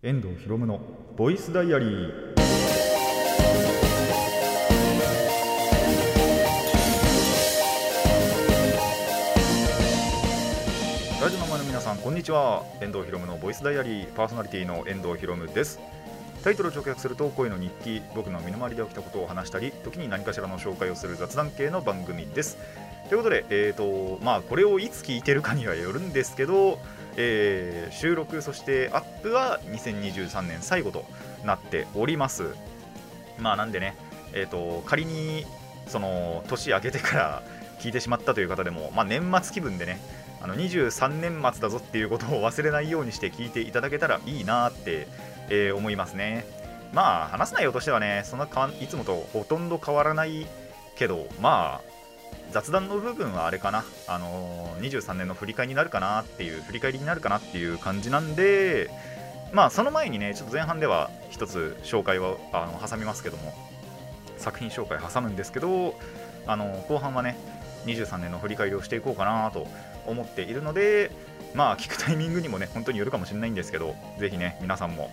遠藤ひろむのボイスダイアリー。ラジオの前の皆さん、こんにちは。遠藤ひろむのボイスダイアリーパーソナリティの遠藤ひろむです。タイトルを直訳すると声の日記、僕の身の回りで起きたことを話したり、時に何かしらの紹介をする雑談系の番組です。ということで、これをいつ聞いてるかにはよるんですけど、収録そしてアップは2023年最後となっております。なんでね、仮にその年明けてから聞いてしまったという方でも、年末気分でね、23年末だぞっていうことを忘れないようにして聞いていただけたらいいなって、思いますね。話す内容としてはね、いつもとほとんど変わらないけど、雑談の部分はあれかな、23年の振り返りになるかなっていう感じなんで、その前にね、ちょっと前半では一つ紹介を挟みますけども、作品紹介挟むんですけど、後半はね23年の振り返りをしていこうかなと思っているので、聞くタイミングにもね本当によるかもしれないんですけど、ぜひね皆さんも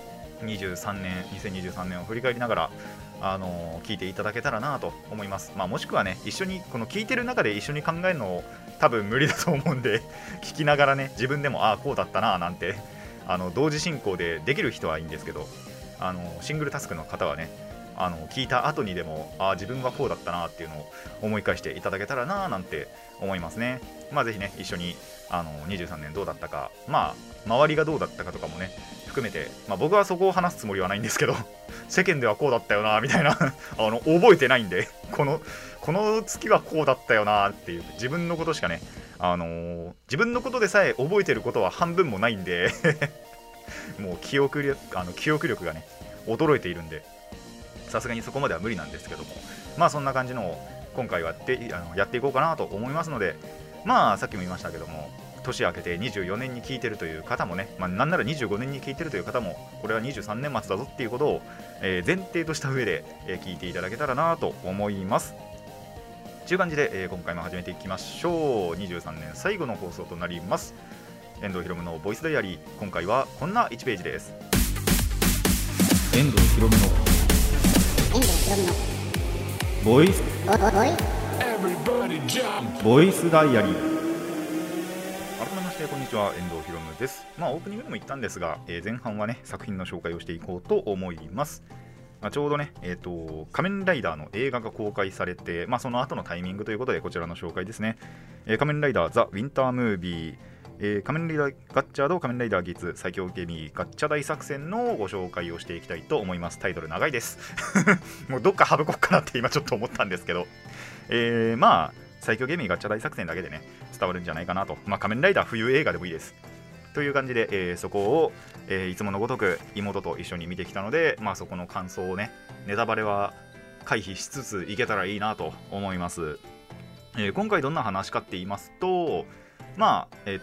2023年を振り返りながら聞いていただけたらなと思います。もしくはね、一緒にこの聞いてる中で一緒に考えるの多分無理だと思うんで聞きながらね、自分でもこうだったななんて同時進行でできる人はいいんですけど、シングルタスクの方はね、聞いた後にでも自分はこうだったなっていうのを思い返していただけたらななんて思いますね。ぜひね一緒に23年どうだったか、周りがどうだったかとかもね含めて、僕はそこを話すつもりはないんですけど世間ではこうだったよなみたいな覚えてないんで、この月はこうだったよなっていう自分のことしかね、自分のことでさえ覚えてることは半分もないんでもう記憶力がね衰えているんで、さすがにそこまでは無理なんですけども、そんな感じのを今回はやっていこうかなと思いますので、さっきも言いましたけども、年明けて24年に聞いてるという方もね、なんなら25年に聞いてるという方も、これは23年末だぞっていうことを、前提とした上で、聞いていただけたらなと思います。という感じで、今回も始めていきましょう。23年最後の放送となります。遠藤ひろむのボイスダイアリー、今回はこんな1ページです。遠藤ひろむのボイスダイアリー。改めましてこんにちは、遠藤ひろむです。オープニングでも言ったんですが、前半はね作品の紹介をしていこうと思います。ちょうどね、仮面ライダーの映画が公開されて、その後のタイミングということでこちらの紹介ですね。仮面ライダーザ・ウィンタームービー、仮面ライダーガッチャード仮面ライダーギーツ最強ゲミガッチャ大作戦のご紹介をしていきたいと思います。タイトル長いですもうどっか省こっかなって今ちょっと思ったんですけど、最強ゲミガッチャ大作戦だけでね伝わるんじゃないかなと。仮面ライダー冬映画でもいいですという感じで、そこを、いつものごとく妹と一緒に見てきたので、そこの感想をね、ネタバレは回避しつついけたらいいなと思います。今回どんな話かって言いますと、前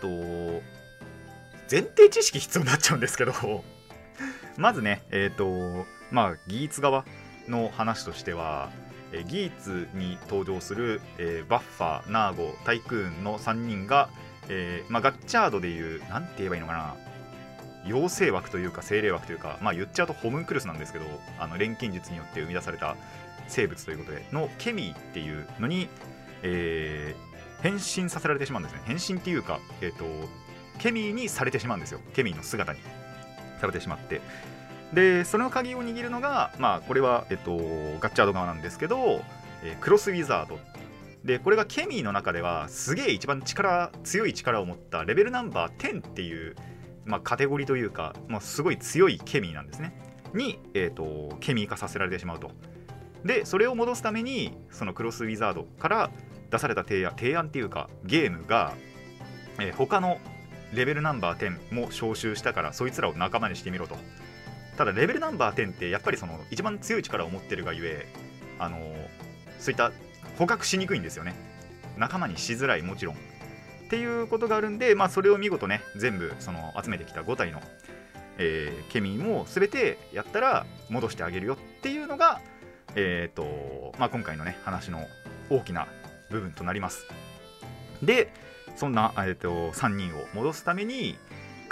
提知識必要になっちゃうんですけどまずねギーツ側の話としては、ギーツに登場する、バッファー、ナーゴ、タイクーンの3人が、ガッチャードでいうなんて言えばいいのかな、妖精枠というか精霊枠というか、言っちゃうとホムンクルスなんですけど、錬金術によって生み出された生物ということでのケミーっていうのに、変身させられてしまうんですね。変身っていうか、ケミーにされてしまうんですよ。ケミーの姿にされてしまって、でその鍵を握るのが、これは、ガッチャード側なんですけど、クロスウィザードで、これがケミーの中ではすげえ一番強い力を持ったレベルナンバー10っていう、カテゴリーというか、すごい強いケミーなんですねに、ケミー化させられてしまうと。でそれを戻すためにそのクロスウィザードから出された提案っていうかゲームが、他のレベルナンバー10も招集したからそいつらを仲間にしてみろと。ただレベルナンバー10ってやっぱりその一番強い力を持ってるがゆえ、そういった捕獲しにくいんですよね。仲間にしづらい、もちろんっていうことがあるんで、それを見事ね全部その集めてきた5体の、ケミーも全てやったら戻してあげるよっていうのが、今回のね話の大きな部分となります。でそんな、3人を戻すために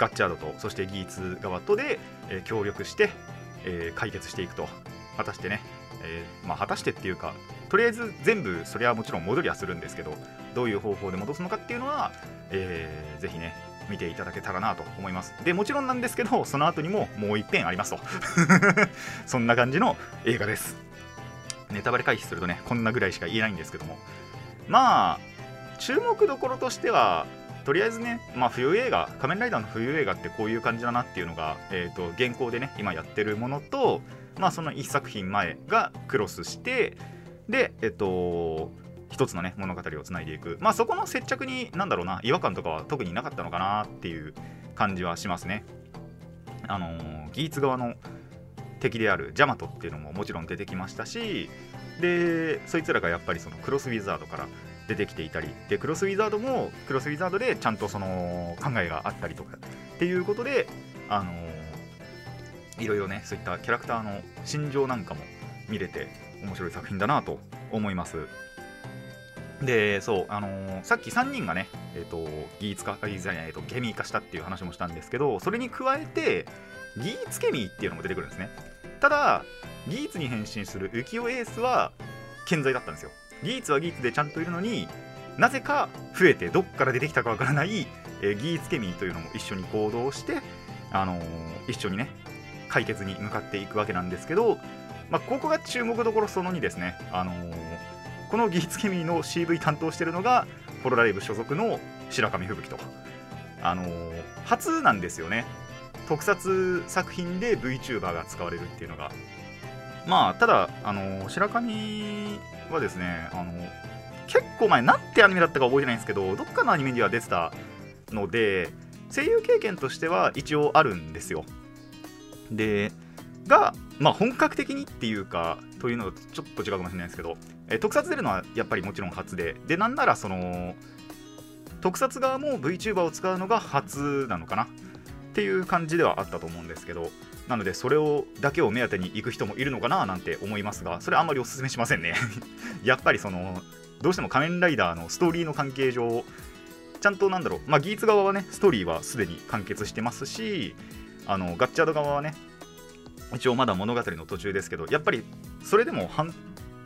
ガッチャードとそしてギーツ側とで、協力して、解決していくと。果たしてね、果たしてっていうか、とりあえず全部それはもちろん戻りはするんですけど、どういう方法で戻すのかっていうのは、ぜひね見ていただけたらなと思います。でもちろんなんですけど、その後にももう一遍ありますとそんな感じの映画です。ネタバレ回避するとねこんなぐらいしか言えないんですけども、まあ注目どころとしてはとりあえずね、冬映画、仮面ライダーの冬映画ってこういう感じだなっていうのが、現行でね今やってるものと、その1作品前がクロスして、で一つのね物語をつないでいく、そこの接着に違和感とかは特になかったのかなっていう感じはしますね。ギーツ側の敵であるジャマトっていうのももちろん出てきましたし、でそいつらがやっぱりそのクロスウィザードから出てきていたりで、クロスウィザードもクロスウィザードでちゃんとその考えがあったりとかっていうことで、いろいろねそういったキャラクターの心情なんかも見れて面白い作品だなと思います。でそうさっき3人がね、ギーツ化ケミー化したっていう話もしたんですけど、それに加えてギーツケミーっていうのも出てくるんですね。ただギーツに変身する浮世エースは健在だったんですよ。ギーツはギーツでちゃんといるのに、なぜか増えてどっから出てきたかわからない、ギーツケミーというのも一緒に行動して、一緒にね解決に向かっていくわけなんですけど、ここが注目どころその2ですね。このギーツケミーの CV 担当してるのがホロライブ所属の白神吹雪と、初なんですよね、特撮作品で VTuber が使われるっていうのが。ただ白神はですね、結構前なんてアニメだったか覚えてないんですけど、どっかのアニメには出てたので声優経験としては一応あるんですよ。でが本格的にっていうかというのとちょっと違うかもしれないですけど、特撮出るのはやっぱりもちろん初で、なんならその特撮側も VTuber を使うのが初なのかなっていう感じではあったと思うんですけど、なのでそれだけを目当てに行く人もいるのかななんて思いますが、それはあんまりおすすめしませんねやっぱりどうしても仮面ライダーのストーリーの関係上ちゃんとギーツ側はねストーリーはすでに完結してますし、ガッチャード側はね一応まだ物語の途中ですけど、やっぱりそれでも半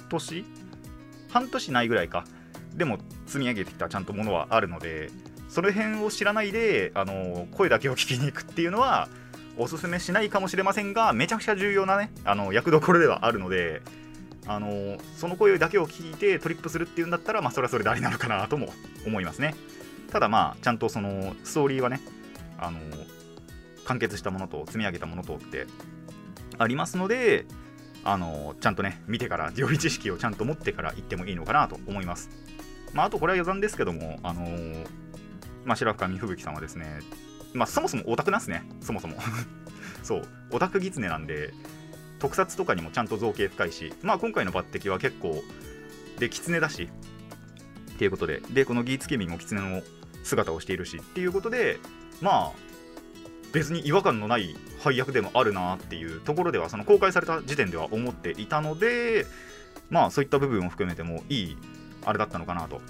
年ないぐらいかでも積み上げてきたちゃんとものはあるので、その辺を知らないで声だけを聞きに行くっていうのはおすすめしないかもしれませんが、めちゃくちゃ重要なね役どころではあるので、その声だけを聞いてトリップするっていうんだったらそれはそれでありなのかなとも思いますね。ただちゃんとそのストーリーはね完結したものと積み上げたものとってありますので、ちゃんとね見てから予備知識をちゃんと持ってから行ってもいいのかなと思います。あとこれは余談ですけども、白神吹雪さんはですね、そもそもオタクなんですね。そもそもそうオタクギツネなんで特撮とかにもちゃんと造形深いし、今回の抜擢は結構でキツネだしっていうことで、このギーツケミーもキツネの姿をしているしっていうことで、別に違和感のない配役でもあるなっていうところでは、その公開された時点では思っていたので、そういった部分を含めてもいいあれだったのかなと、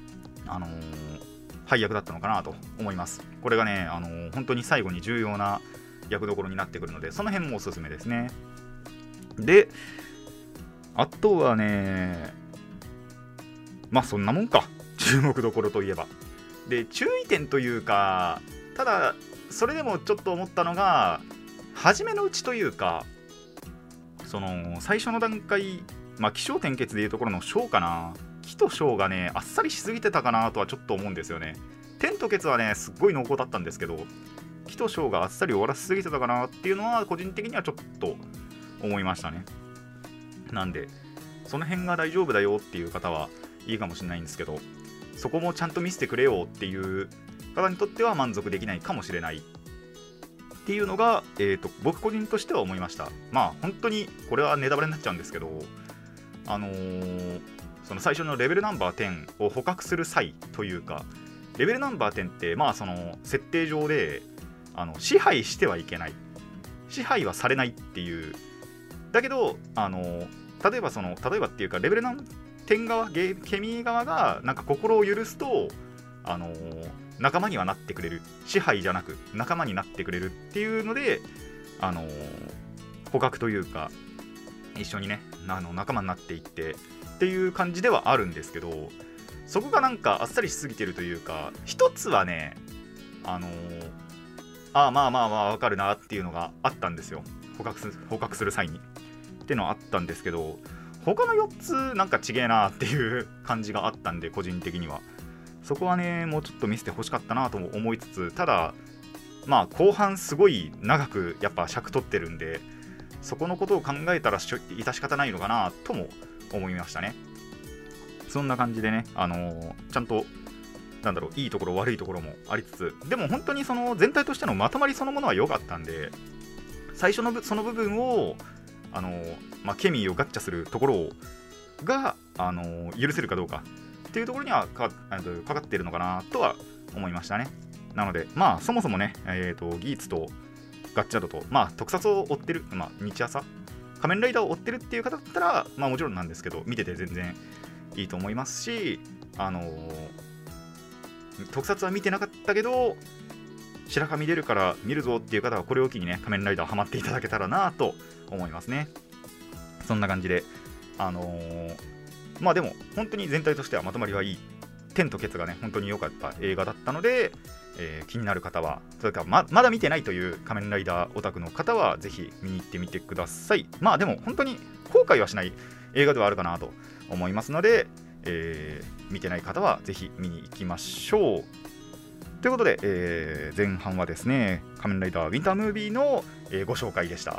配役だったのかなと思います。これがね本当に最後に重要な役どころになってくるので、その辺もおすすめですね。であとはねそんなもんか、注目どころといえば。で注意点というか、ただそれでもちょっと思ったのが、初めのうちというか最初の段階、起承転結でいうところの章かな、起と章がねあっさりしすぎてたかなとはちょっと思うんですよね。天と結はねすっごい濃厚だったんですけど、起と章があっさり終わらせすぎてたかなっていうのは個人的にはちょっと思いましたね。なんでその辺が大丈夫だよっていう方はいいかもしれないんですけど、そこもちゃんと見せてくれよっていう方にとっては満足できないかもしれないっていうのが、僕個人としては思いました。本当にこれはネタバレになっちゃうんですけど、その最初のレベルナンバー10を捕獲する際というか、レベルナンバー10ってその設定上で支配してはいけない、支配はされないっていう、だけど例えばっていうか、レベルナン10側ケミー側がなんか心を許すと仲間にはなってくれる、支配じゃなく仲間になってくれるっていうので、捕獲というか一緒にね仲間になっていってっていう感じではあるんですけど、そこがなんかあっさりしすぎてるというか、一つはねまあわかるなっていうのがあったんですよ、捕獲する際にっていうのはあったんですけど、他の4つなんか違えなっていう感じがあったんで、個人的にはそこはねもうちょっと見せてほしかったなとも思いつつ、ただまあ後半すごい長くやっぱ尺取ってるんで、そこのことを考えたら致し方ないのかなとも思いましたね。そんな感じでね、ちゃんとなんだろう、いいところ悪いところもありつつ、でも本当にその全体としてのまとまりそのものは良かったんで、最初のその部分をケミーをガッチャするところが許せるかどうかっていうところにはかかっているのかなとは思いましたね。なのでまあそもそもね、ギーツとガッチャドと、特撮を追ってる、日朝仮面ライダーを追ってるっていう方だったら、もちろんなんですけど見てて全然いいと思いますし、特撮は見てなかったけど白髪出るから見るぞっていう方はこれを機にね仮面ライダーハマっていただけたらなと思いますね。そんな感じででも本当に全体としてはまとまりはいい、天とケツがね本当に良かった映画だったので、気になる方は、それからまだ見てないという仮面ライダーオタクの方はぜひ見に行ってみてください。でも本当に後悔はしない映画ではあるかなと思いますので、見てない方はぜひ見に行きましょう。ということで、前半はですね仮面ライダーウィンタームービーの、ご紹介でした。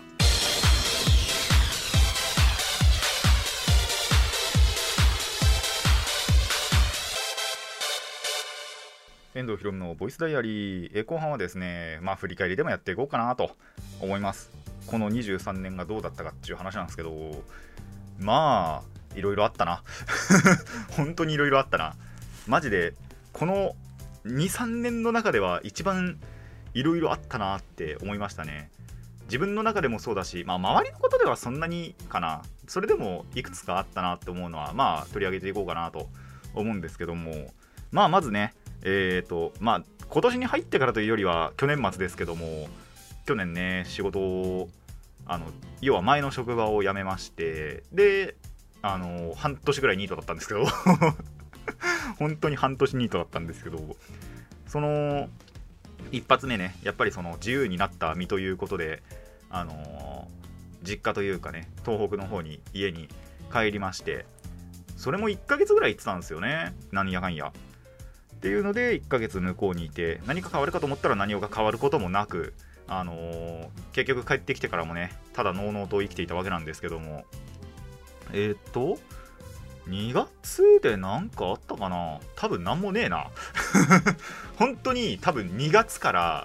遠藤ひろみのボイスダイアリー、後半はですね振り返りでもやっていこうかなと思います。この23年がどうだったかっていう話なんですけど、いろいろあったな本当にいろいろあったな。マジでこの 2,3 年の中では一番いろいろあったなって思いましたね。自分の中でもそうだし、周りのことではそんなにかな、それでもいくつかあったなって思うのは取り上げていこうかなと思うんですけども、まずね今年に入ってからというよりは去年末ですけども、去年ね仕事を要は前の職場を辞めまして、で半年ぐらいニートだったんですけど本当に半年ニートだったんですけど、その一発目ねやっぱりその自由になった身ということで実家というかね東北の方に家に帰りまして、それも1ヶ月ぐらい行ってたんですよね、何やかんやっていうので1ヶ月向こうにいて、何か変わるかと思ったら何か変わることもなく、結局帰ってきてからもねただのうのうと生きていたわけなんですけども、2月で何かあったかな、多分何もねえな本当に多分2月から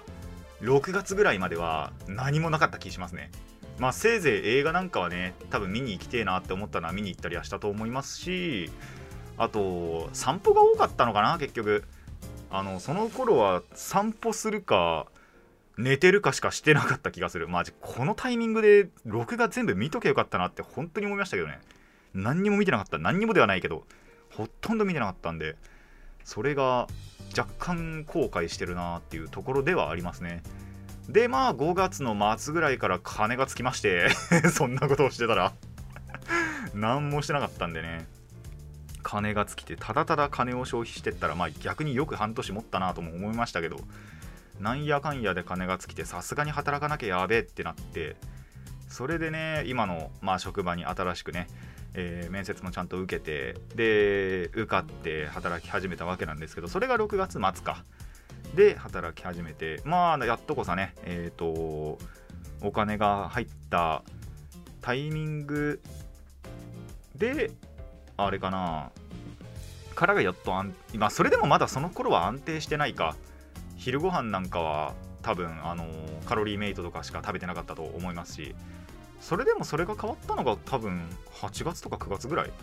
6月ぐらいまでは何もなかった気しますね。せいぜい映画なんかはね多分見に行きてえなって思ったのは見に行ったりはしたと思いますし、あと散歩が多かったのかな。結局その頃は散歩するか寝てるかしかしてなかった気がする。このタイミングで録画全部見とけよかったなって本当に思いましたけどね。何にも見てなかった。何にもではないけどほとんど見てなかったんで、それが若干後悔してるなっていうところではありますね。で5月の末ぐらいから金がつきましてそんなことをしてたら何もしてなかったんでね、金が尽きてただただ金を消費してったら逆によく半年持ったなとも思いましたけど、なんやかんやで金が尽きてさすがに働かなきゃやべえってなって、それでね今の職場に新しくね、面接もちゃんと受けて、で受かって働き始めたわけなんですけど、それが6月末かで働き始めて、やっとこさねお金が入ったタイミングであれかなからがやっとそれでもまだその頃は安定してないか。昼ご飯なんかは多分カロリーメイトとかしか食べてなかったと思いますし、それでもそれが変わったのが多分8月とか9月ぐらい。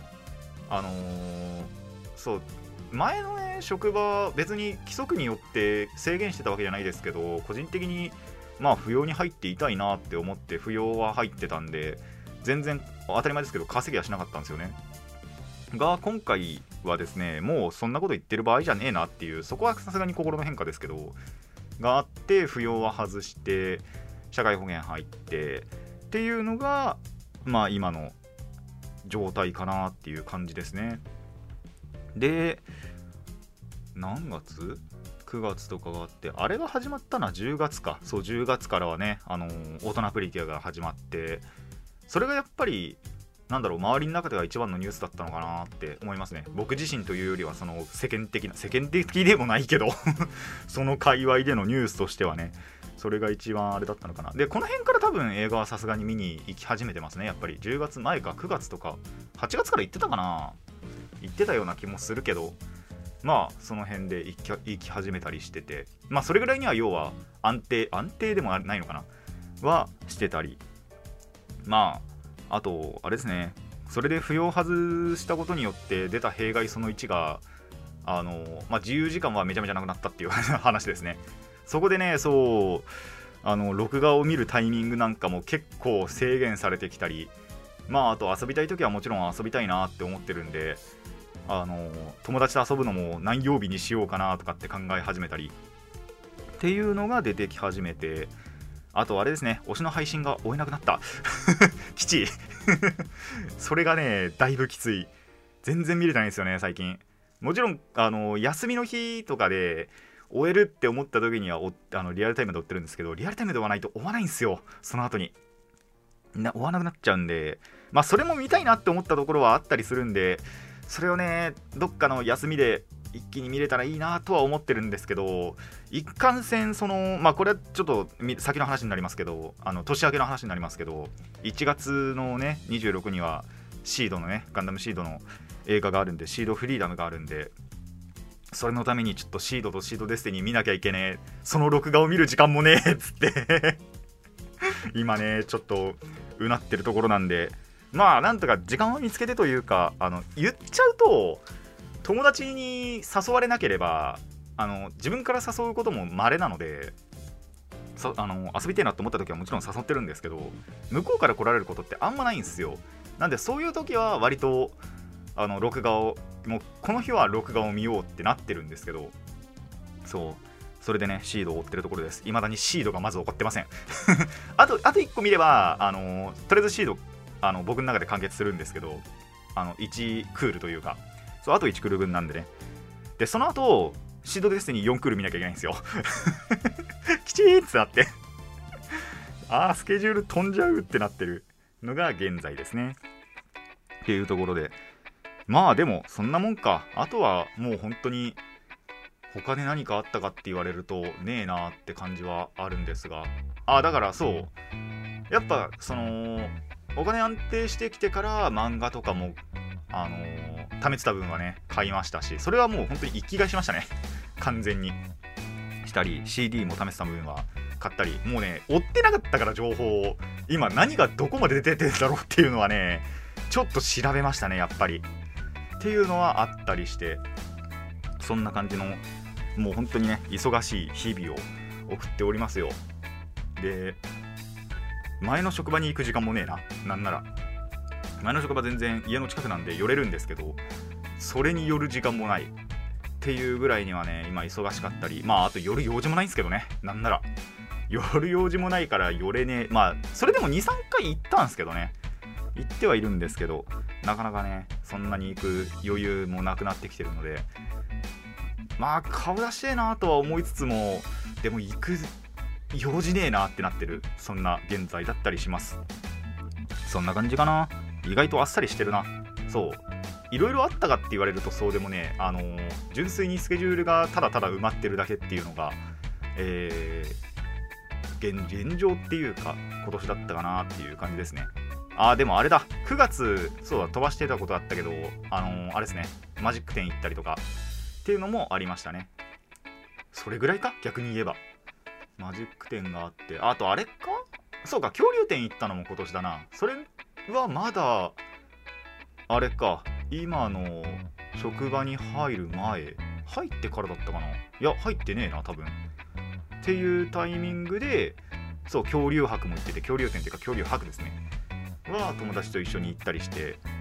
そう前のね職場別に規則によって制限してたわけじゃないですけど、個人的に扶養に入っていたいなって思って扶養は入ってたんで、全然当たり前ですけど稼ぎはしなかったんですよね。が今回はですね、もうそんなこと言ってる場合じゃねえなっていう、そこはさすがに心の変化ですけどがあって、扶養は外して社会保険入ってっていうのがまあ今の状態かなっていう感じですね。で、何月 ?9 月とかがあって、あれが始まったのは10月か。そう、10月からはね、大人プリキュアが始まって、それがやっぱり周りの中では一番のニュースだったのかなって思いますね。僕自身というよりは、その世間的でもないけどその界隈でのニュースとしてはね、それが一番あれだったのかな。で、この辺から多分映画はさすがに見に行き始めてますね。やっぱり10月前か9月とか8月から行ってたかな、行ってたような気もするけど、まあその辺で行き始めたりしてて、まあそれぐらいには要は安定でもないのかなはしてたり、まああとあれですね、それで扶養外したことによって出た弊害その1が自由時間はめちゃめちゃなくなったっていう話ですね。そこでね、そう録画を見るタイミングなんかも結構制限されてきたり、まああと遊びたい時はもちろん遊びたいなって思ってるんで、友達と遊ぶのも何曜日にしようかなとかって考え始めたりっていうのが出てき始めて、あとあれですね、推しの配信が追えなくなったきちいそれがねだいぶきつい。全然見れてないんですよね最近。もちろん休みの日とかで終えるって思った時にはリアルタイムで追ってるんですけど、リアルタイムで追わないと追わないんですよ。その後に追わなくなっちゃうんで、まあそれも見たいなって思ったところはあったりするんで、それをねどっかの休みで一気に見れたらいいなとは思ってるんですけど、一貫線まあこれはちょっと先の話になりますけど、年明けの話になりますけど、1月のね26にはシードのねガンダムシードの映画があるんで、シードフリーダムがあるんで、それのためにちょっとシードとシードデスティニー見なきゃいけねえ、その録画を見る時間もねえっつって今ねちょっとうなってるところなんで、まあなんとか時間を見つけてというか、言っちゃうと友達に誘われなければ自分から誘うことも稀なので、遊びたいなと思った時はもちろん誘ってるんですけど、向こうから来られることってあんまないんですよ。なんでそういう時は割と録画をもうこの日は録画を見ようってなってるんですけど、それでねシードを追ってるところです。未だにシードがまず起こってませんあと1個見ればとりあえずシード僕の中で完結するんですけど、1クールというか、あと1クール分なんでね。でその後シードデスティニー4クール見なきゃいけないんですよきちーってなってスケジュール飛んじゃうってなってるのが現在ですねっていうところで、まあでもそんなもんか。あとはもう本当に他で何かあったかって言われるとねえなって感じはあるんですが、だからやっぱお金安定してきてから漫画とかも貯めてた分はね買いましたし、それはもう本当に一気買いしましたね完全にしたり、 CD も貯めてた分は買ったり、もうね追ってなかったから情報を、今何がどこまで出てるんだろうっていうのはねちょっと調べましたねやっぱりっていうのはあったりして、そんな感じのもう本当にね忙しい日々を送っておりますよ。で前の職場に行く時間もねえな、なんなら前の職場全然家の近くなんで寄れるんですけど、それに寄る時間もないっていうぐらいにはね今忙しかったり、あと寄る用事もないんですけどね、なんなら寄る用事もないから寄れねえ。それでも 2,3 回行ったんですけどね、行ってはいるんですけど、なかなかねそんなに行く余裕もなくなってきてるので、顔出してえなとは思いつつも、でも行く用事ねえなってなってる、そんな現在だったりします。そんな感じかな。意外とあっさりしてるな。いろいろあったかって言われるとそうでもね、純粋にスケジュールがただただ埋まってるだけっていうのが、現状っていうか今年だったかなっていう感じですね。でもあれだ、9月飛ばしてたことあったけど、あれですね、マジック店行ったりとかっていうのもありましたね。それぐらいか、逆に言えばマジック店があって、あとあれか、恐竜店行ったのも今年だな。それはまだあれか、今の職場に入る前、入ってからだったかな。いや入ってねえな多分っていうタイミングで、恐竜博も行ってて、恐竜店っていうか恐竜博ですねは友達と一緒に行ったりして、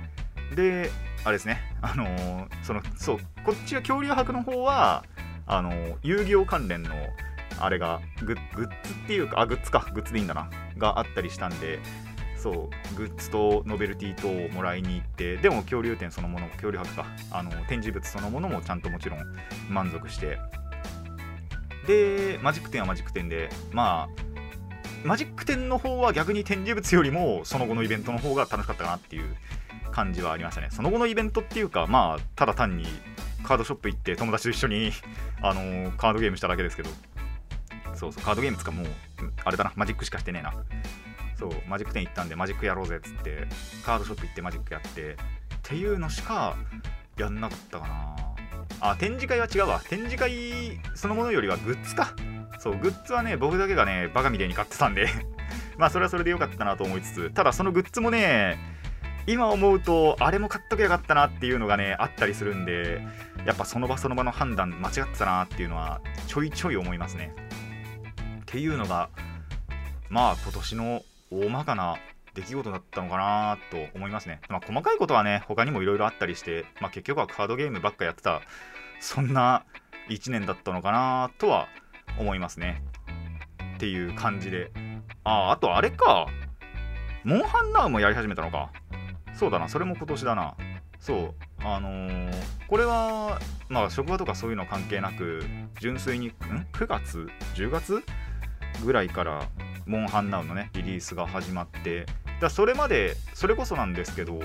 であれですね、そうこっちは恐竜博の方は遊戯王関連のあれがグッズっていうか、グッズでいいんだながあったりしたんで、そうグッズとノベルティ等をもらいに行って、でも恐竜展そのもの、恐竜博か、展示物そのものもちゃんともちろん満足して、でマジック展はマジック展で、まあマジック展の方は逆に展示物よりもその後のイベントの方が楽しかったかなっていう感じはありましたね。その後のイベントっていうか、まあただ単にカードショップ行って友達と一緒にカードゲームしただけですけど、そうカードゲームつかもうあれだな、マジックしかしてねえな。そうマジック店行ったんでマジックやろうぜっつってカードショップ行ってマジックやってっていうのしかやんなかったかな。展示会は違うわ。展示会そのものよりはグッズか。そうグッズはね、僕だけがねバカみたいに買ってたんでまあそれはそれでよかったなと思いつつ、ただそのグッズもね、今思うとあれも買っときゃよかったなっていうのがねあったりするんで、やっぱその場その場の判断間違ってたなっていうのはちょいちょい思いますね。っていうのがまあ今年の大まかな出来事だったのかなと思いますね。まあ細かいことはね他にもいろいろあったりして、まあ結局はカードゲームばっかやってた、そんな1年だったのかなとは思いますね。っていう感じで、あとあれか、モンハンナウもやり始めたのか。そうだな、それも今年だな。そうこれはまあ職場とかそういうの関係なく、純粋に9月10月ぐらいからモンハンナウのねリリースが始まって、それまでそれこそなんですけど、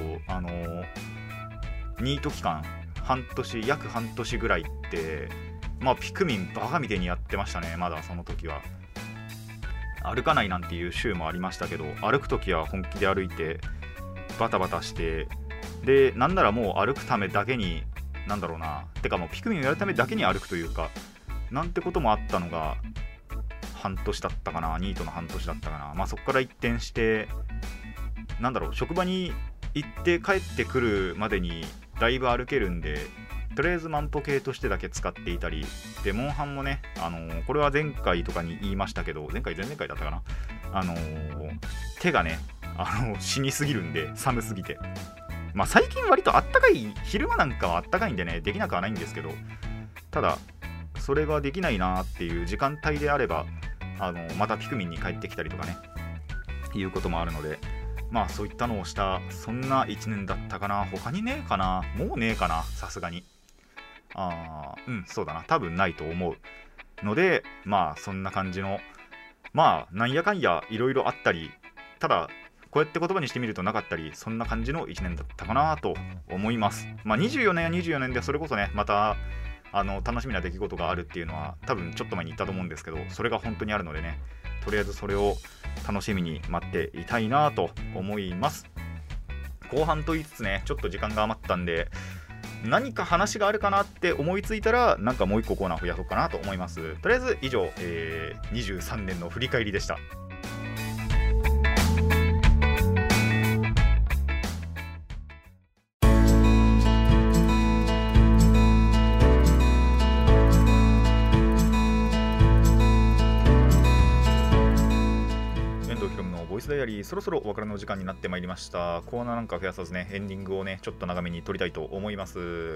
ニート期間約半年ぐらいってまあピクミンバカみたいにやってましたね。まだその時は歩かないなんていう週もありましたけど、歩く時は本気で歩いてバタバタして、でなんならもう歩くためだけに、なんだろうな、てかもうピクミンをやるためだけに歩くというか、なんてこともあったのが半年だったかな、ニートの半年だったかな。まあそこから一転して、なんだろう、職場に行って帰ってくるまでにだいぶ歩けるんで、とりあえず万歩計としてだけ使っていたりで、モンハンもね、これは前回とかに言いましたけど、前々回だったかな、手がね死にすぎるんで、寒すぎて、まあ最近割とあったかい、昼間なんかはあったかいんでね、できなくはないんですけど、ただそれができないなっていう時間帯であれば、またピクミンに帰ってきたりとかね、いうこともあるので、まあそういったのをしたそんな1年だったかな。他にねえかな、もうねえかな、さすがに。そうだな、多分ないと思うので、まあそんな感じの、まあなんやかんやいろいろあったり、ただこうやって言葉にしてみるとなかったり、そんな感じの1年だったかなと思います。まあ24年は24年で、それこそねまた楽しみな出来事があるっていうのは多分ちょっと前に言ったと思うんですけど、それが本当にあるのでね、とりあえずそれを楽しみに待っていたいなと思います。後半と言いつつね、ちょっと時間が余ったんで、何か話があるかなって思いついたら、なんかもう一個コーナー増やそうかなと思います。とりあえず以上、23年の振り返りでした。ボイスダイアリー、そろそろお別れの時間になってまいりました。コーナーなんか増やさずね、エンディングをねちょっと長めに撮りたいと思います。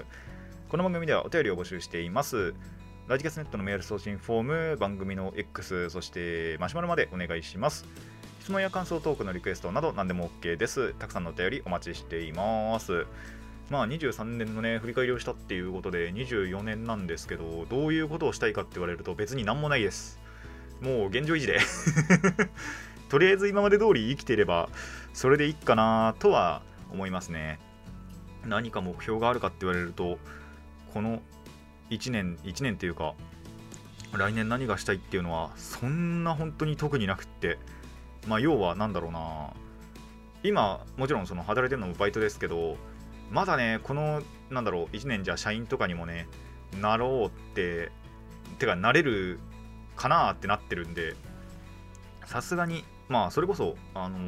この番組ではお便りを募集しています。ラジキャスネットのメール送信フォーム、番組の X、そしてマシュマロまでお願いします。質問や感想、トークのリクエストなど何でも OK です。たくさんのお便りお待ちしています。まあ23年のね振り返りをしたっていうことで、24年なんですけど、どういうことをしたいかって言われると別に何もないです。もう現状維持でとりあえず今まで通り生きていればそれでいいかなとは思いますね。何か目標があるかって言われると、この1年っていうか来年何がしたいっていうのはそんな本当に特になくって、まあ要はなんだろうな、今もちろんその働いてるのもバイトですけど、まだねこのなんだろう1年じゃ社員とかにもねなろうっててかなれるかなってなってるんで、さすがにまあそれこそ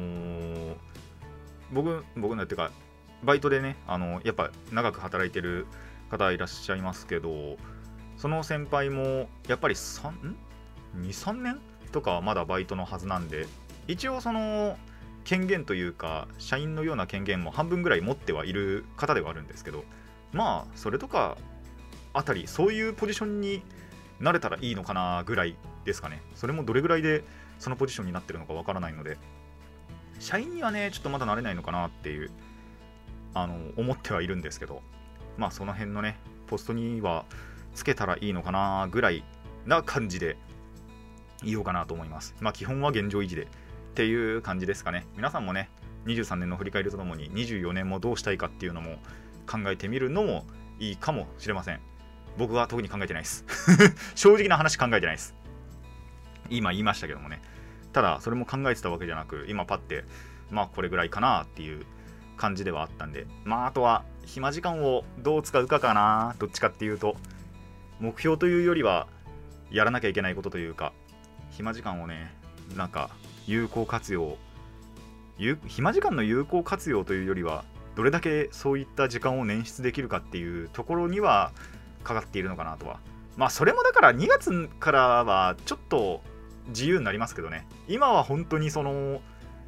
僕のっていうかバイトでねやっぱ長く働いてる方いらっしゃいますけど、その先輩もやっぱり2、3年とかはまだバイトのはずなんで、一応その権限というか社員のような権限も半分ぐらい持ってはいる方ではあるんですけど、まあそれとかあたりそういうポジションになれたらいいのかなぐらいですかね。それもどれぐらいでそのポジションになってるのかわからないので、社員にはねちょっとまだなれないのかなっていう思ってはいるんですけど、まあその辺のねポストにはつけたらいいのかなぐらいな感じでいようかなと思います。まあ基本は現状維持でっていう感じですかね。皆さんもね23年の振り返りとともに24年もどうしたいかっていうのも考えてみるのもいいかもしれません。僕は特に考えてないです正直な話考えてないです。今言いましたけどもね。ただそれも考えてたわけじゃなく、今パッてまあこれぐらいかなっていう感じではあったんで、まああとは暇時間をどう使うかかな。どっちかっていうと目標というよりはやらなきゃいけないことというか、暇時間をねなんか有効活用、暇時間の有効活用というよりはどれだけそういった時間を捻出できるかっていうところにはかかっているのかなとは。まあそれもだから2月からはちょっと自由になりますけどね。今は本当にその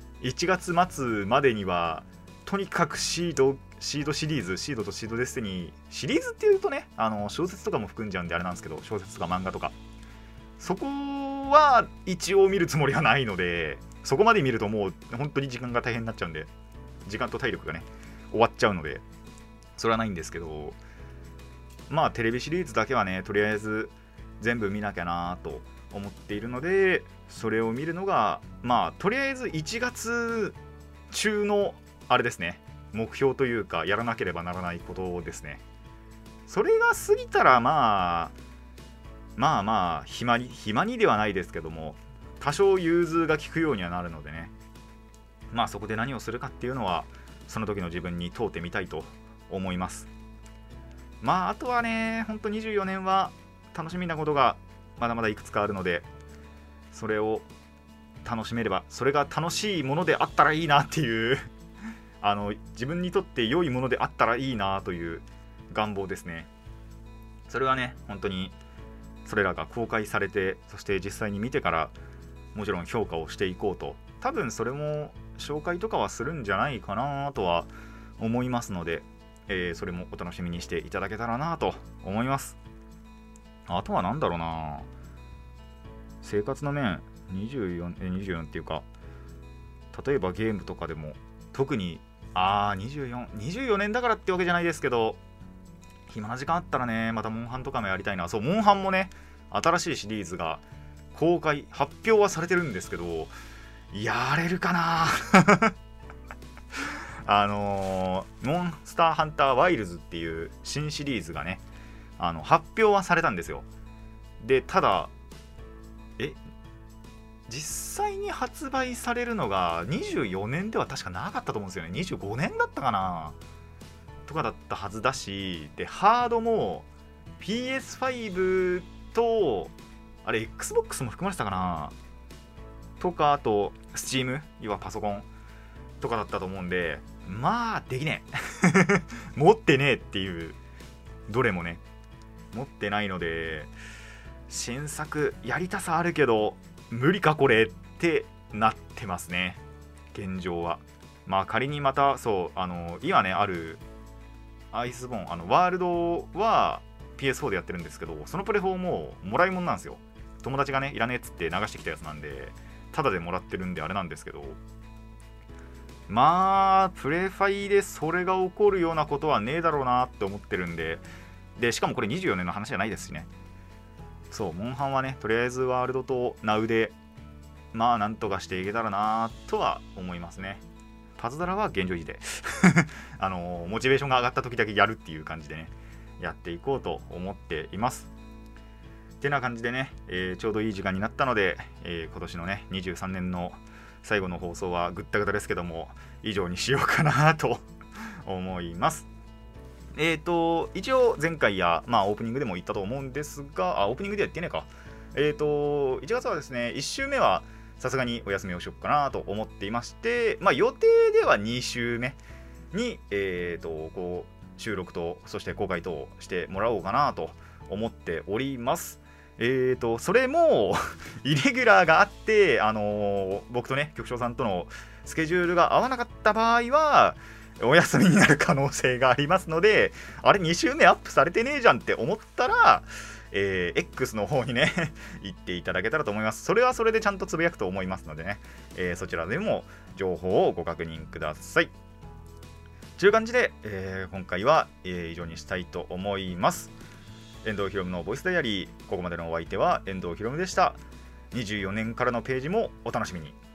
1月末までにはとにかくシードシリーズ、シードとシードデスティニーシリーズっていうとね、小説とかも含んじゃうんであれなんですけど、小説とか漫画とかそこは一応見るつもりはないので、そこまで見るともう本当に時間が大変になっちゃうんで、時間と体力がね終わっちゃうのでそれはないんですけど、まあテレビシリーズだけはねとりあえず全部見なきゃなと思っているので、それを見るのがまあとりあえず1月中のあれですね、目標というかやらなければならないことですね。それが過ぎたらまあ暇にではないですけども、多少融通が利くようにはなるのでね、まあそこで何をするかっていうのはその時の自分に問うてみたいと思います。まああとはね、ほんと24年は楽しみなことがまだまだいくつかあるので、それを楽しめれば、それが楽しいものであったらいいなっていう自分にとって良いものであったらいいなという願望ですね。それはね本当にそれらが公開されて、そして実際に見てからもちろん評価をしていこうと、多分それも紹介とかはするんじゃないかなとは思いますので、それもお楽しみにしていただけたらなと思います。あとはなんだろうな、生活の面24っていうか、例えばゲームとかでも特に24年だからってわけじゃないですけど、暇な時間あったらねまたモンハンとかもやりたいな。そう、モンハンもね新しいシリーズが発表はされてるんですけど、やれるかなモンスターハンターワイルズっていう新シリーズがね発表はされたんですよ。でただ実際に発売されるのが24年では確かなかったと思うんですよね。25年だったかなとかだったはずだし、でハードも PS5 とあれ Xbox も含まれてたかなとか、あと Steam 要はパソコンとかだったと思うんで、まあできねえ持ってねえっていう、どれもね持ってないので、新作やりたさあるけど無理かこれってなってますね現状は。まあ仮にまた今ねあるアイスボーンワールドは PS4 でやってるんですけど、そのプレフォーももらい物なんですよ。友達がねいらねえっつって流してきたやつなんでタダでもらってるんであれなんですけど、まあプレファイでそれが起こるようなことはねえだろうなって思ってるんで、しかもこれ24年の話じゃないですしね。そうモンハンはねとりあえずワールドとナウでまあなんとかしていけたらなとは思いますね。パズドラは現状維持でモチベーションが上がった時だけやるっていう感じでねやっていこうと思っています。ってな感じでね、ちょうどいい時間になったので、今年のね23年の最後の放送はぐったぐたですけども以上にしようかなと思います。一応前回や、オープニングでも言ったと思うんですが、オープニングでは言ってねえか。1月はですね、1週目はさすがにお休みをしようかなと思っていまして、予定では2週目に、こう収録とそして公開としてもらおうかなと思っております。それもイレギュラーがあって、僕とね局長さんとのスケジュールが合わなかった場合はお休みになる可能性がありますので、あれ2週目アップされてねえじゃんって思ったら、X の方にね行っていただけたらと思います。それはそれでちゃんとつぶやくと思いますのでね、そちらでも情報をご確認ください。という感じで、今回は、以上にしたいと思います。遠藤ひろむのボイスダイアリー、ここまでのお相手は遠藤ひろむでした。24年からのページもお楽しみに。